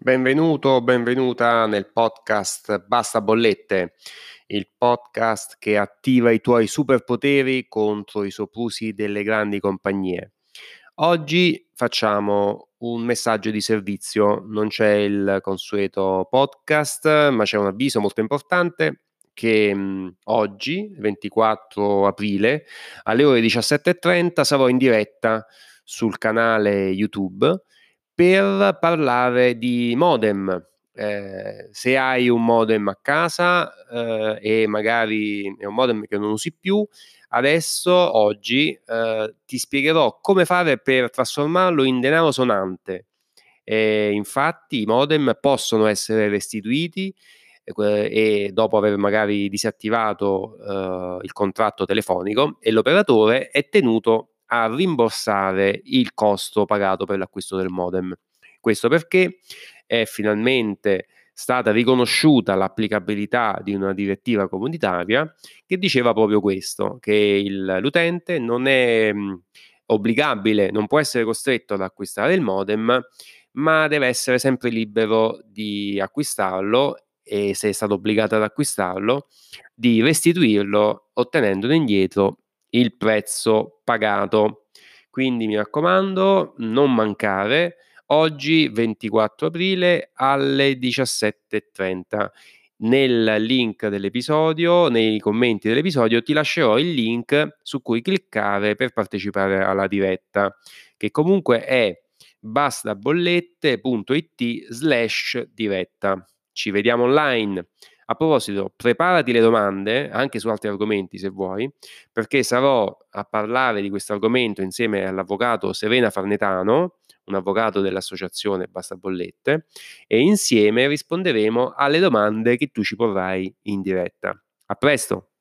Benvenuto, benvenuta nel podcast Basta bollette, il podcast che attiva i tuoi superpoteri contro i soprusi delle grandi compagnie. Oggi facciamo un messaggio di servizio, non c'è il consueto podcast, ma c'è un avviso molto importante che oggi, 24 aprile, alle ore 17:30 sarò in diretta sul canale YouTube per parlare di modem. Se hai un modem a casa, e magari è un modem che non usi più, adesso, oggi, ti spiegherò come fare per trasformarlo in denaro sonante. Infatti i modem possono essere restituiti, e dopo aver magari disattivato, il contratto telefonico, e l'operatore è tenuto a rimborsare il costo pagato per l'acquisto del modem. Questo perché è finalmente stata riconosciuta l'applicabilità di una direttiva comunitaria che diceva proprio questo, che l'utente non è obbligabile, non può essere costretto ad acquistare il modem, ma deve essere sempre libero di acquistarlo e, se è stato obbligato ad acquistarlo, di restituirlo ottenendone indietro il prezzo pagato. Quindi mi raccomando, non mancare, oggi 24 aprile alle 17:30. Nel link dell'episodio, nei commenti dell'episodio, ti lascerò il link su cui cliccare per partecipare alla diretta, che comunque è bastabollette.it/diretta. Ci vediamo online. A proposito, preparati le domande anche su altri argomenti se vuoi, perché sarò a parlare di questo argomento insieme all'avvocato Serena Farnetano, un avvocato dell'associazione Basta Bollette, e insieme risponderemo alle domande che tu ci porrai in diretta. A presto!